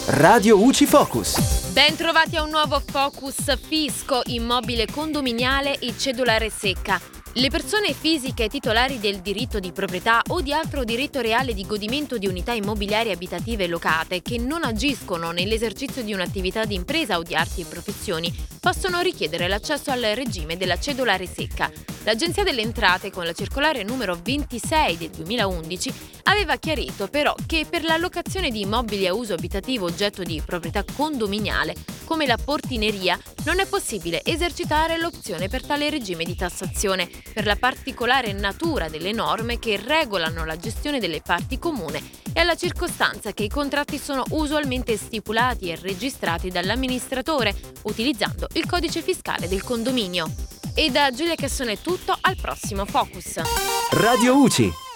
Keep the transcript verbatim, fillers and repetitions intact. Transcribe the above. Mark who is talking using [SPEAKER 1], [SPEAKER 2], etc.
[SPEAKER 1] Radio U C I Focus.
[SPEAKER 2] Ben trovati a un nuovo Focus Fisco, immobile condominiale e cedolare secca. Le persone fisiche titolari del diritto di proprietà o di altro diritto reale di godimento di unità immobiliari abitative locate che non agiscono nell'esercizio di un'attività di impresa o di arti e professioni possono richiedere l'accesso al regime della cedolare secca. L'Agenzia delle Entrate, con la circolare numero ventisei del duemilaundici, aveva chiarito però che per la locazione di immobili a uso abitativo oggetto di proprietà condominiale, come la portineria, non è possibile esercitare l'opzione per tale regime di tassazione, per la particolare natura delle norme che regolano la gestione delle parti comune e alla circostanza che i contratti sono usualmente stipulati e registrati dall'amministratore utilizzando il codice fiscale del condominio. E da Giulia Cassone è tutto, al prossimo Focus.
[SPEAKER 1] Radio U C I.